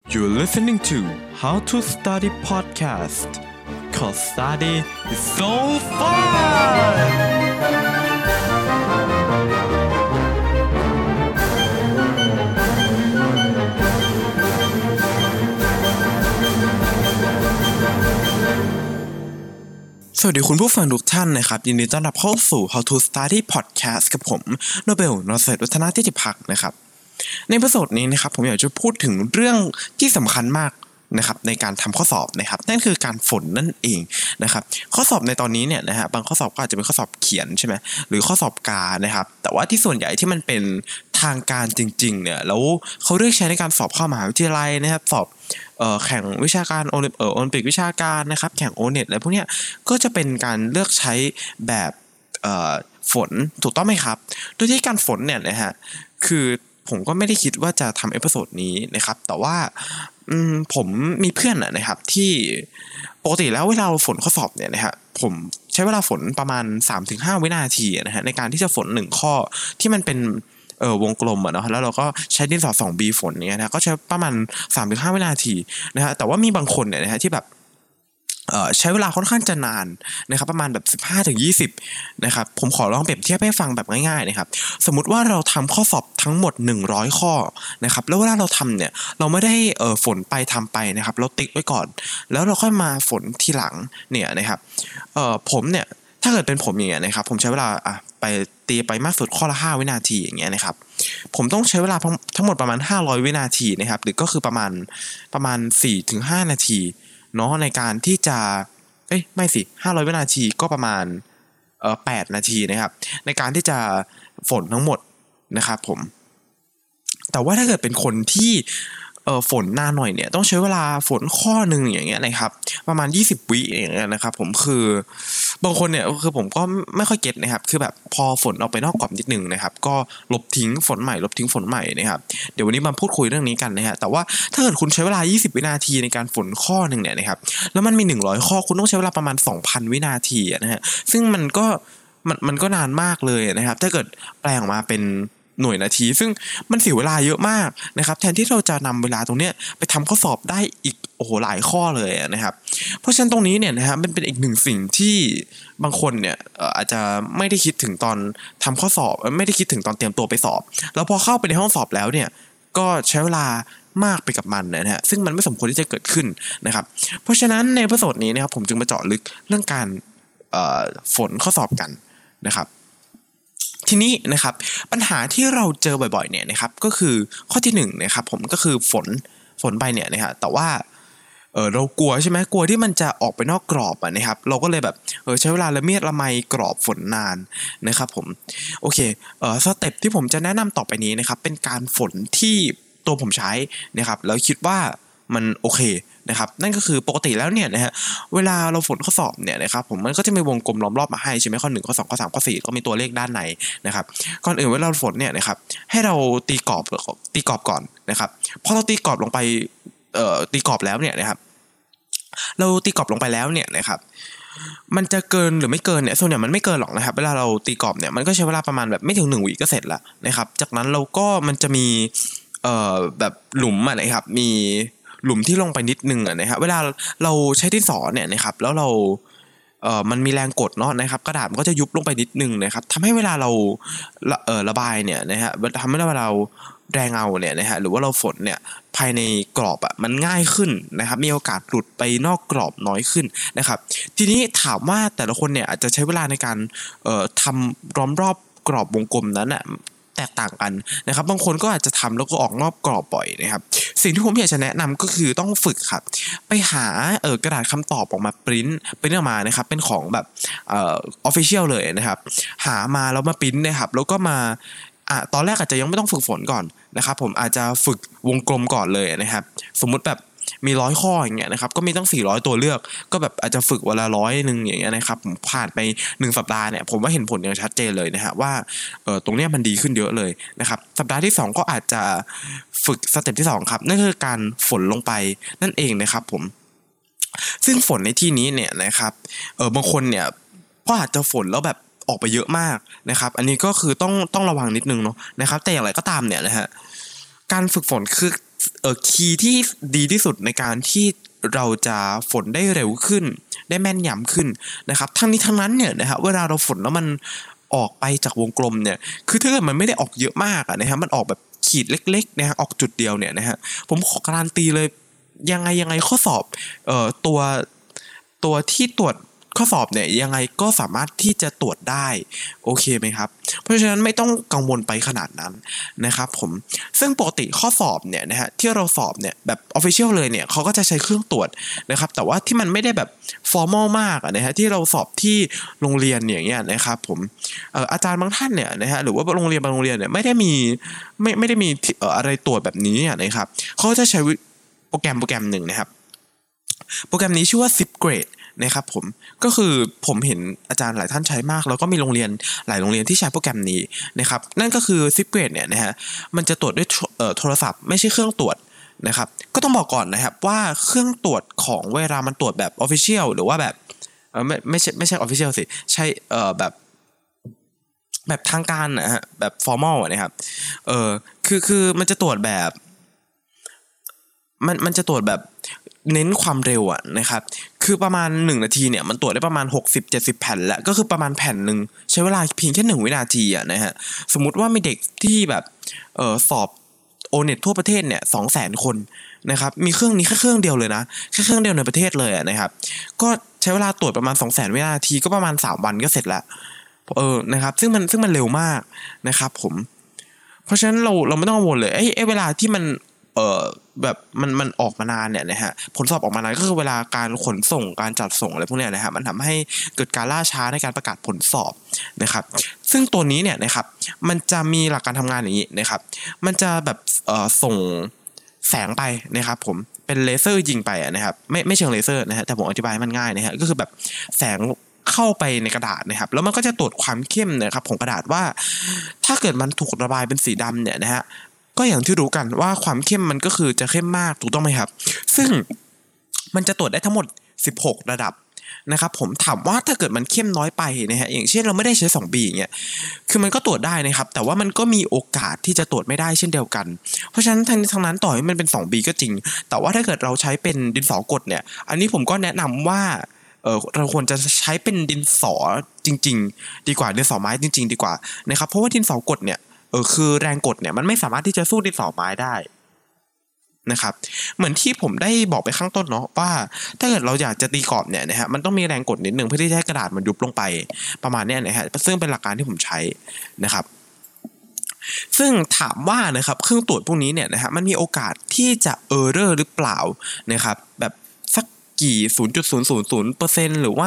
You're listening to How to Study Podcast. 'Cause study is so fun. สวัสดีคุณผู้ฟังทุกท่านนะครับยินดีต้อนรับเข้าสู่ How to Study Podcast กับผมโนเบล นเศรษฐ์วัฒนาธิติพักษ์นะครับในเอพิโซดนี้นะครับผมอยากจะพูดถึงเรื่องที่สำคัญมากนะครับในการทำข้อสอบนะครับนั่นคือการฝนนั่นเองนะครับข้อสอบในตอนนี้เนี่ยนะฮะบางข้อสอบก็อาจจะเป็นข้อสอบเขียนใช่ไหมหรือข้อสอบการนะครับแต่ว่าที่ส่วนใหญ่ที่มันเป็นทางการจริงๆเนี่ยแล้วเขาเลือกใช้ในการสอบเข้ามหาวิทยาลัยนะครับสอบแข่งวิชาการโอลิมปิกวิชาการนะครับแข่งโอเน็ตอะไรพวกเนี้ยก็จะเป็นการเลือกใช้แบบฝนถูกต้องไหมครับโดยที่การฝนเนี่ยนะฮะคือผมก็ไม่ได้คิดว่าจะทำเอพิโซดนี้นะครับแต่ว่าผมมีเพื่อนนะครับที่ปกติแล้วเวลาฝนข้อสอบเนี่ยนะฮะผมใช้เวลาฝนประมาณ 3-5 วินาทีนะฮะในการที่จะฝน1ข้อที่มันเป็นวงกลมเนาะแล้วเราก็ใช้ดินสอ 2B ฝนเนี่ยนะก็ใช้ประมาณ 3-5 วินาทีนะฮะแต่ว่ามีบางคนเนี่ยนะฮะที่แบบใช้เวลาค่อนข้างจะนานนะครับประมาณแบบ 15-20 นะครับผมขอลองเปรียบเทียบให้ฟังแบบง่ายๆนะครับสมมุติว่าเราทำข้อสอบทั้งหมด100ข้อนะครับแล้วเวลาเราทำเนี่ยเราไม่ได้ฝนไปทำไปนะครับเราติ๊กไว้ก่อนแล้วเราค่อยมาฝนทีหลังเนี่ยนะครับผมเนี่ยถ้าเกิดเป็นผมอย่างเงี้ยนะครับผมใช้เวลาไปตีไปมากสุดข้อละ5วินาทีอย่างเงี้ยนะครับผมต้องใช้เวลาทั้งหมดประมาณ500วินาทีนะครับหรือก็คือประมาณ 4-5 นาทีเนาะในการที่จะไม่สิ500วินาทีก็ประมาณ8นาทีนะครับในการที่จะฝนทั้งหมดนะครับผมแต่ว่าถ้าเกิดเป็นคนที่ฝนนานหน่อยเนี่ยต้องใช้เวลาฝนข้อนึงอย่างเงี้ยนะครับประมาณ20วิอย่างเงี้ยนะครับผมคือบางคนเนี่ยคือผมก็ไม่ค่อยเก็ตนะครับคือแบบพอฝนออกไปนอกกรอบนิดนึงนะครับก็ลบทิ้งฝนใหม่นะครับเดี๋ยววันนี้มาพูดคุยเรื่องนี้กันนะฮะแต่ว่าถ้าเกิดคุณใช้เวลา20วินาทีในการฝนข้อนึงเนี่ยนะครับแล้วมันมี100ข้อคุณต้องใช้เวลาประมาณ 2,000 วินาทีนะฮะซึ่งมันก็นานมากเลยนะครับถ้าเกิดแปลงออกมาเป็นหน่วยนาทีซึ่งมันเสียเวลาเยอะมากนะครับแทนที่เราจะนำเวลาตรงเนี้ยไปทำข้อสอบได้อีกหลายข้อเลยนะครับเพราะฉะนั้นตรงนี้เนี่ยนะฮะมันเป็นอีกหนึ่งสิ่งที่บางคนเนี่ยอาจจะไม่ได้คิดถึงตอนทำข้อสอบไม่ได้คิดถึงตอนเตรียมตัวไปสอบแล้วพอเข้าไปในห้องสอบแล้วเนี่ยก็ใช้เวลามากไปกับมันนะฮะซึ่งมันไม่สมควรที่จะเกิดขึ้นนะครับเพราะฉะนั้นในเอพิโซดนี้นะครับผมจึงมาเจาะลึกเรื่องการฝนข้อสอบกันนะครับทีนี้นะครับปัญหาที่เราเจอบ่อยๆเนี่ยนะครับก็คือข้อที่1นะครับผมก็คือฝนไปเนี่ยนะฮะแต่ว่าเรากลัวใช่ไหมกลัวที่มันจะออกไปนอกกรอบนะครับเราก็เลยแบบใช้เวลาละเมียดละไมกรอบฝนนานนะครับผมโอเคสเต็ปที่ผมจะแนะนำต่อไปนี้นะครับเป็นการฝนที่ตัวผมใช้นะครับแล้วคิดว่ามันโอเคนะครับนั่นก็คือปกติแล้วเนี่ยนะฮะเวลาเราฝนข้อสอบเนี่ยนะครับผมมันก็จะมีวงกลมล้อมรอบมาให้ใช่ไหมข้อ1ข้อ2ข้อ3ข้อ4ก็มีตัวเลขด้านในนะครับก่อนอื่นเวลาเราฝนเนี่ยนะครับให้เราตีกรอบก่อนนะครับพอเราตีกรอบลงไปตีกรอบแล้วเนี่ยนะครับเราตีกรอบลงไปแล้วเนี่ยนะครับมันจะเกินหรือไม่เกินเนี่ยส่วนใหญ่มันไม่เกินหรอกนะครับเวลาเราตีกรอบเนี่ยมันก็ใช้เวลาประมาณแบบไม่ถึง1วิก็เสร็จแล้วนะครับจากนั้นเราก็มันจะมีแบบหลุมนะครับมีหลุมที่ลงไปนิดนึงนะครับเวลาเราใช้ดินสอเนี่ยนะครับแล้วเรามันมีแรงกดเนาะนะครับกระดาษมันก็จะยุบลงไปนิดนึงนะครับทำให้เวลาเราระบายเนี่ยนะฮะทำให้เวลาเราแรงเอาเนี่ยนะฮะหรือว่าเราฝนเนี่ยภายในกรอบมันง่ายขึ้นนะครับมีโอกาสหลุดไปนอกกรอบน้อยขึ้นนะครับทีนี้ถามว่าแต่ละคนเนี่ยอาจจะใช้เวลาในการทำล้อมรอบกรอบวงกลมนั้นแตกต่างกันนะครับบางคนก็อาจจะทำแล้วก็ออกนอกกรอบบ่อยนะครับสิ่งที่ผมอยากจะแนะนำก็คือต้องฝึกครับไปหากระดาษคำตอบออกมาปริ้นออกมานะครับเป็นของแบบofficial เลยนะครับหามาแล้วมาปริ้นนะครับแล้วก็มาตอนแรกอาจจะยังไม่ต้องฝึกฝนก่อนนะครับผมอาจจะฝึกวงกลมก่อนเลยนะครับสมมุติแบบมี100ข้ออย่างเงี้ยนะครับก็มีตั้ง400ตัวเลือกก็แบบอาจจะฝึกวันละ100นึงอย่างเงี้ยนะครับผมผ่านไป1สัปดาห์เนี่ยผมว่าเห็นผลอย่างชัดเจนเลยนะฮะว่าตรงเนี้ยมันดีขึ้นเยอะเลยนะครับสัปดาห์ที่2ก็อาจจะฝึกสเต็ปที่2ครับนั่นคือการฝนลงไปนั่นเองนะครับผมซึ่งฝนในที่นี้เนี่ยนะครับบางคนเนี่ยก็อาจจะฝนแล้วแบบออกไปเยอะมากนะครับอันนี้ก็คือต้องระวังนิดนึงเนาะนะครับแต่อย่างไรก็ตามเนี่ยนะฮะการฝึกฝนคือคีย์ที่ดีที่สุดในการที่เราจะฝนได้เร็วขึ้นได้แม่นยำขึ้นนะครับทั้งนี้ทั้งนั้นเนี่ยนะครับเวลาเราฝนแล้วมันออกไปจากวงกลมเนี่ยคือถ้าเกิดมันไม่ได้ออกเยอะมากนะฮะมันออกแบบขีดเล็กๆนะฮะออกจุดเดียวเนี่ยนะฮะผมขอการันตีเลยยังไงข้อสอบตัวที่ตรวจข้อสอบเนี่ยยังไงก็สามารถที่จะตรวจได้โอเคไหมครับเพราะฉะนั้นไม่ต้องกังวลไปขนาดนั้นนะครับผมซึ่งปกติข้อสอบเนี่ยนะฮะที่เราสอบเนี่ยแบบ official เลยเนี่ยเขาก็จะใช้เครื่องตรวจนะครับแต่ว่าที่มันไม่ได้แบบ formal มากนะฮะที่เราสอบที่โรงเรียนอย่างเงี้ยนะครับผมอาจารย์บางท่านเนี่ยนะฮะหรือว่าโรงเรียนบางโรงเรียนเนี่ยไม่ได้มีอะไรตรวจแบบนี้นะครับเขาจะใช้โปรแกรมหนึ่งนะครับโปรแกรมนี้ชื่อว่า Zip Grade นะครับผมก็คือผมเห็นอาจารย์หลายท่านใช้มากแล้วก็มีโรงเรียนหลายโรงเรียนที่ใช้โปรแกรมนี้นะครับนั่นก็คือ Zip Grade เนี่ยนะฮะมันจะตรวจด้วยโทรศัพท์ไม่ใช่เครื่องตรวจนะครับก็ต้องบอกก่อนนะครับว่าเครื่องตรวจของเวลามันตรวจแบบ Official หรือว่าแบบไม่ใช่ Official สิใช่แบบทางการนะฮะแบบ formal นะครับคือมันจะตรวจแบบมันจะตรวจแบบเน้นความเร็วนะครับคือประมาณ1นาทีเนี่ยมันตรวจได้ประมาณ60-70แผ่นแล้วก็คือประมาณแผ่นนึงใช้เวลาเพียงแค่1วินาทีนะฮะสมมุติว่ามีเด็กที่แบบสอบโอเน็ตทั่วประเทศเนี่ย 200,000 คนนะครับมีเครื่องนี้แค่เครื่องเดียวเลยนะแค่เครื่องเดียวในประเทศเลยนะครับก็ใช้เวลาตรวจประมาณ 200,000 วินาทีก็ประมาณ3วันก็เสร็จแล้วนะครับซึ่งมันเร็วมากนะครับผมเพราะฉะนั้นเราไม่ต้องกังวลเลยเวลาที่มันแบบมันออกมานานเนี่ยนะฮะผลสอบออกมานานก็คือเวลาการขนส่งการจัดส่งอะไรพวกเนี้ยนะฮะมันทำให้เกิดการล่าช้าในการประกาศผลสอบนะครับซึ่งตัวนี้เนี่ยนะครับมันจะมีหลักการทำงานอย่างนี้นะครับมันจะแบบส่งแสงไปนะครับผมเป็นเลเซอร์ยิงไปนะครับไม่เชิงเลเซอร์นะฮะแต่ผมอธิบายให้มันง่ายนะฮะก็คือแบบแสงเข้าไปในกระดาษนะครับแล้วมันก็จะตรวจความเข้มนะครับของกระดาษว่าถ้าเกิดมันถูกระบายเป็นสีดำเนี่ยนะฮะก็อย่างที่รู้กันว่าความเข้มมันก็คือจะเข้มมากถูกต้องไหมครับซึ่งมันจะตรวจได้ทั้งหมด16ระดับนะครับผมถามว่าถ้าเกิดมันเข้มน้อยไปนะฮะอย่างเช่นเราไม่ได้ใช้ 2B อย่างเงี้ยคือมันก็ตรวจได้นะครับแต่ว่ามันก็มีโอกาสที่จะตรวจไม่ได้เช่นเดียวกันเพราะฉะนั้นทางนั้นต่อให้มันเป็น 2B ก็จริงแต่ว่าถ้าเกิดเราใช้เป็นดินสอกดเนี่ยอันนี้ผมก็แนะนำว่าเราควรจะใช้เป็นดินสอจริงๆดีกว่าดินสอไม้จริงๆดีกว่านะครับเพราะว่าดินสอกดเนี่ยคือแรงกดเนี่ยมันไม่สามารถที่จะสู้ดินสอไม้ได้นะครับเหมือนที่ผมได้บอกไปข้างต้นเนาะว่าถ้าเกิดเราอยากจะตีกรอบเนี่ยนะฮะมันต้องมีแรงกดนิดนึงเพื่อที่จะให้กระดาษมันยุบลงไปประมาณเนี้ยนะฮะซึ่งเป็นหลักการที่ผมใช้นะครับซึ่งถามว่านะครับเครื่องตรวจพวกนี้เนี่ยนะฮะมันมีโอกาสที่จะเออร์เรอร์หรือเปล่านะครับแบบสักกี่ 0.000% หรือว่า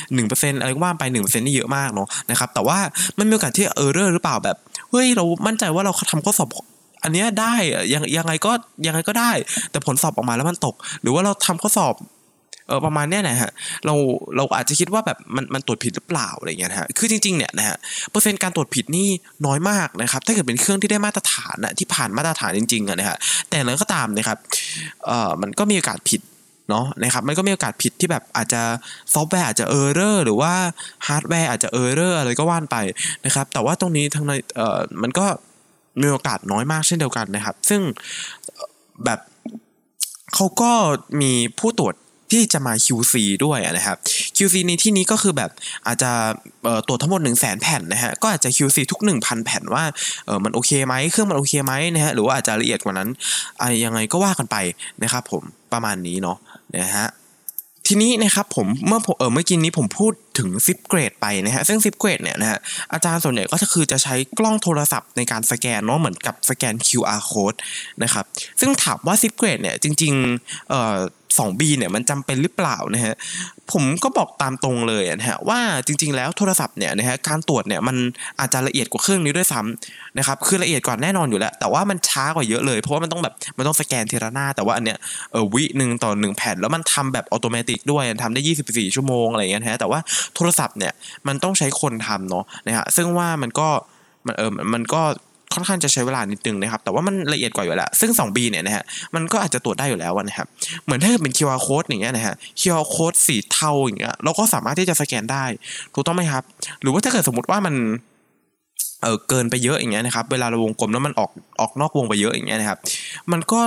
1% อะไรก็ว่าไป 1% นี่เยอะมากเนาะนะครับแต่ว่ามันมีโอกาสที่เออร์เรอร์หรือเปล่าแบบเฮ้ยเรามั่นใจว่าเราทำข้อสอบอันเนี้ยได้ยังไงก็ได้แต่ผลสอบออกมาแล้วมันตกหรือว่าเราทำข้อสอบประมาณเนี้ยนะฮะเราอาจจะคิดว่าแบบมันตรวจผิดหรือเปล่าอะไรเงี้ยนะฮะคือจริงๆเนี่ยนะฮะเปอร์เซ็นต์การตรวจผิดนี่น้อยมากนะครับถ้าเกิดเป็นเครื่องที่ได้มาตรฐานที่ผ่านมาตรฐานจริงๆนะฮะแต่แล้วก็ตามนะครับมันก็มีโอกาสผิดเนาะนะครับมันก็มีโอกาสผิดที่แบบอาจจะซอฟต์แวร์อาจจะเออร์เรอร์หรือว่าฮาร์ดแวร์อาจจะเออร์เรอร์อะไรก็ว่านไปนะครับแต่ว่าตรงนี้ทางในมันก็มีโอกาสน้อยมากเช่นเดียวกันนะครับซึ่งแบบเขาก็มีผู้ตรวจที่จะมา QC ด้วยนะครับ QC ในที่นี้ก็คือแบบอาจจะตรวจทั้งหมด 100,000 แผ่นนะฮะก็อาจจะ QC ทุก 1,000 แผ่นว่ามันโอเคไหมเครื่องมันโอเคไหมนะฮะหรือว่าอาจจะละเอียดกว่านั้นยังไงก็ว่ากันไปนะครับผมประมาณนี้เนาะนะฮะทีนี้นะครับผมเมื่อกี้นี้ผมพูดถึงซิปเกรดไปนะฮะซึ่งซิปเกรดเนี่ยนะฮะอาจารย์ส่วนใหญ่ก็จะใช้กล้องโทรศัพท์ในการสแกนเนาะเหมือนกับสแกน QR code นะครับซึ่งถามว่าซิปเกรดเนี่ยจริงๆ2B เนี่ยมันจำเป็นหรือเปล่านะฮะผมก็บอกตามตรงเลยนะฮะว่าจริงๆแล้วโทรศัพท์เนี่ยนะฮะการตรวจเนี่ยมันอาจจะละเอียดกว่าเครื่องนี้ด้วยซ้ำนะครับคือละเอียดกว่าแน่นอนอยู่แล้วแต่ว่ามันช้ากว่าเยอะเลยเพราะว่ามันต้องสแกนทีละหน้าแต่ว่าอันเนี้ยวินึงต่อ1แผ่นแล้วมันทำแบบอัตโนมัติด้วยทำได้24ชั่วโมงอะไรอย่างเงี้ยนะฮะแต่ว่าโทรศัพท์เนี่ยมันต้องใช้คนทำเนาะนะฮะซึ่งว่ามันก็ค่อนข้างจะใช้เวลานิดนึงนะครับแต่ว่ามันละเอียดกว่าอยู่แล้วซึ่ง 2B เนี่ยนะฮะมันก็อาจจะตรวจได้อยู่แล้วนะครับเหมือนถ้าเป็น QR code อย่างเงี้ยนะฮะ QR code สีเทาอย่างเงี้ยเราก็สามารถที่จะสแกนได้ถูกต้องไหมครับหรือว่าถ้าเกิดสมมติว่ามันเกินไปเยอะอย่างเงี้ยนะครับเวลาเราวงกลมแล้วมันออกนอกวงไปเยอะอย่างเงี้ยนะครับมันก็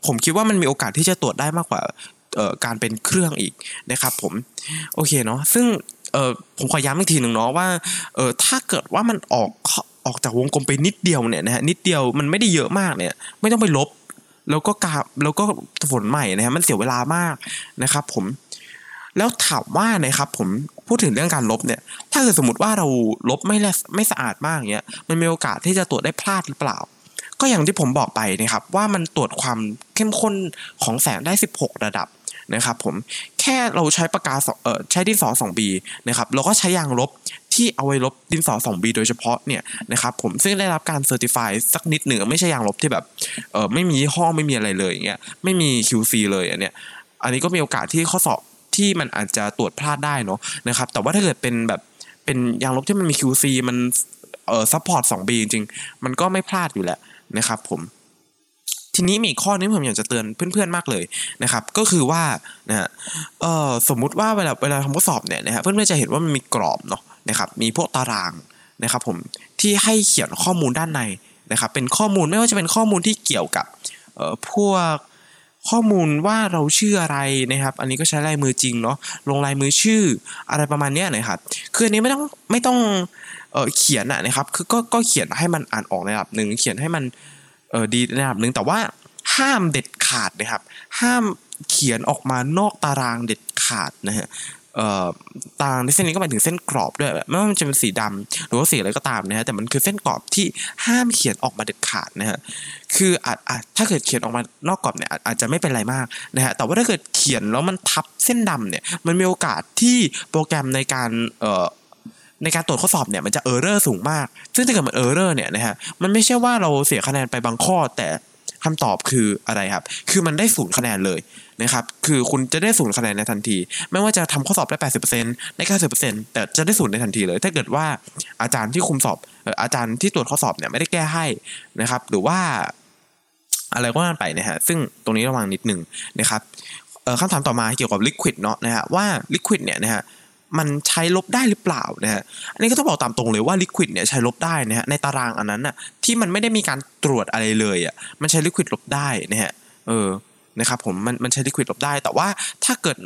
ผมคิดว่ามันมีโอกาสที่จะตรวจได้มากกว่าการเป็นเครื่องอีกนะครับผมโอเคเนาะซึ่งผมขอย้ำอีกทีนึงเนาะว่าถ้าเกิดว่ามันออกจากวงกลมไปนิดเดียวเนี่ยนะฮะนิดเดียวมันไม่ได้เยอะมากเนี่ยไม่ต้องไปลบแล้วก็ฝนใหม่นะฮะมันเสียเวลามากนะครับผมแล้วถามว่านะครับผมพูดถึงเรื่องการลบเนี่ยถ้าเกิดสมมติว่าเราลบไม่สะอาดมากเงี้ยมันมีโอกาสที่จะตรวจได้พลาดหรือเปล่าก็อย่างที่ผมบอกไปนะครับว่ามันตรวจความเข้มข้นของแสงได้16ระดับนะครับผมแค่เราใช้ปากกาใช้ดินสอ 2B นะครับแล้วก็ใช้ยางลบที่เอาไว้ลบดินสอ 2B โดยเฉพาะเนี่ยนะครับผมซึ่งได้รับการเซอร์ติฟายสักนิดหนึ่งไม่ใช่ยางลบที่แบบไม่มียี่ห้อไม่มีอะไรเลยอย่างเงี้ยไม่มี QC เลยอันนี้ก็มีโอกาสที่ข้อสอบที่มันอาจจะตรวจพลาดได้เนาะนะครับแต่ว่าถ้าเกิดเป็นยางลบที่มันมี QC มันซัพพอร์ต 2B จริงๆมันก็ไม่พลาดอยู่แล้วนะครับผมทีนี้มีข้อนึงผมอยากจะเตือนเพื่อนๆมากเลยนะครับก็คือว่านะฮะสมมุติว่าเวลาทำข้อสอบเนี่ยนะฮะเพื่อนๆจะเห็นว่ามันมีกรอบเนาะนะครับมีพวกตารางนะครับผมที่ให้เขียนข้อมูลด้านในนะครับเป็นข้อมูลไม่ว่าจะเป็นข้อมูลที่เกี่ยวกับพวกข้อมูลว่าเราชื่ออะไรนะครับอันนี้ก็ใช้ลายมือจริงเนาะลงลายมือชื่ออะไรประมาณนี้นะครับคืออันนี้ไม่ต้องเขียนนะครับคือก็เขียนให้มันอ่านออกในระดับนึงเขียนให้มันดีในระดับนึงแต่ว่าห้ามเด็ดขาดนะครับห้ามเขียนออกมานอกตารางเด็ดขาดนะฮะตารางในเส้นนี้ก็หมายถึงเส้นกรอบด้วยไม่ว่ามันจะเป็นสีดำหรือว่าสีอะไรก็ตามนะฮะแต่มันคือเส้นกรอบที่ห้ามเขียนออกมาเด็ดขาดนะฮะคือถ้าเกิดเขียนออกมานอกกรอบเนี่ยอาจจะไม่เป็นไรมากนะฮะแต่ว่าถ้าเกิดเขียนแล้วมันทับเส้นดำเนี่ยมันมีโอกาสที่โปรแกรมในการตรวจข้อสอบเนี่ยมันจะเออร์เรอร์สูงมากซึ่งถ้าเกิดมันเออร์เรอร์เนี่ยนะฮะมันไม่ใช่ว่าเราเสียคะแนนไปบางข้อแต่คำตอบคืออะไรครับคือมันได้0คะแนนเลยนะครับคือคุณจะได้0คะแนนในทันทีไม่ว่าจะทำข้อสอบได้ 80% ได้ 90% แต่จะได้0ในทันทีเลยถ้าเกิดว่าอาจารย์ที่คุมสอบอาจารย์ที่ตรวจข้อสอบเนี่ยไม่ได้แก้ให้นะครับหรือว่าอะไรก็ว่าไปนะฮะซึ่งตรงนี้ระวังนิดนึงนะครับคำถามต่อมาเกี่ยวกับ liquid เนาะนะฮะว่า liquid เนี่ยนะฮะมันใช้ลบได้หรือเปล่านะฮะอันนี้ก็ต้องบอกตามตรงเลยว่า liquid เนี่ยใช้ลบได้นะฮะในตารางอันนั้นน่ะที่มันไม่ได้มีการตรวจอะไรเลยอ่ะมันใช้ liquid ลบได้นะฮะนะครับผมมันใช้ liquid ลบได้แต่ว่าถ้าเกิด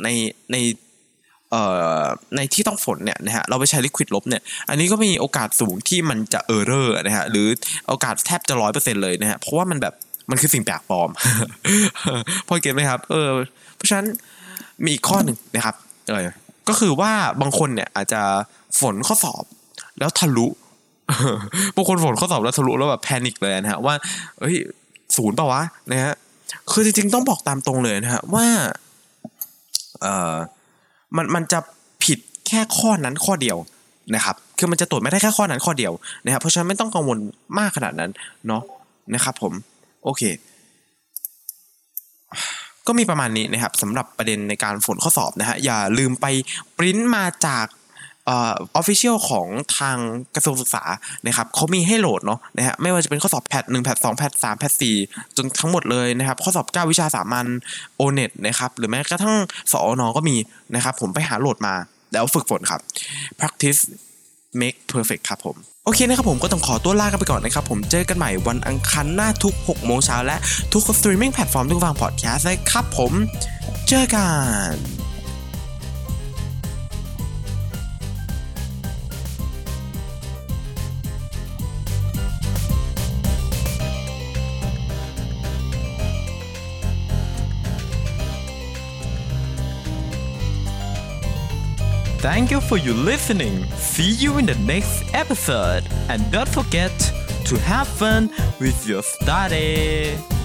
ในที่ต้องฝนเนี่ยนะฮะเราไปใช้ liquid ลบเนี่ยอันนี้ก็มีโอกาสสูงที่มันจะ error นะฮะหรือโอกาสแทบจะ 100% เลยนะฮะเพราะว่ามันคือสิ่งแปลกปลอม พอเก็ตไหมครับเพราะฉะนั้นมีอีกข้อหนึ่งนะครับก็คือว่าบางคนเนี่ยอาจจะฝนข้อสอบแล้วทะลุ บางคนฝนข้อสอบแล้วทะลุแล้วแบบแพนิคเลยนะฮะว่า0เปล่าวะนะฮะคือจริงๆต้องบอกตามตรงเลยนะฮะว่ามันจะผิดแค่ข้อนั้นข้อเดียวนะครับคือมันจะตรวจไม่ได้แค่ข้อนั้นข้อเดียวนะครับเพราะฉะนั้นไม่ต้องกังวลมากขนาดนั้นเนาะนะครับผมโอเคก็มีประมาณนี้นะครับสำหรับประเด็นในการฝนข้อสอบนะฮะอย่าลืมไปปริ้นมาจากofficial ของทางกระทรวงศึกษานะครับเขามีให้โหลดเนาะนะฮะไม่ว่าจะเป็นข้อสอบแพท1แพท2แพท3แพท4จนทั้งหมดเลยนะครับข้อสอบ9วิชาสามัญ O-NET นะครับหรือแม้กระทั่งสอนก็มีนะครับผมไปหาโหลดมาแล้วฝึกฝนครับ practice make perfect ครับผมโอเคนะครับผมก็ต้องขอตัวลากันไปก่อนนะครับผมเจอกันใหม่วันอังคารหน้าทุก 6 โมงเช้าและทุกสตรีมมิ่งแพลตฟอร์มทุกฟังพอดแคสต์นะครับผมเจอกัน Thank you for your listening. See you in the next episode. And don't forget to have fun with your study.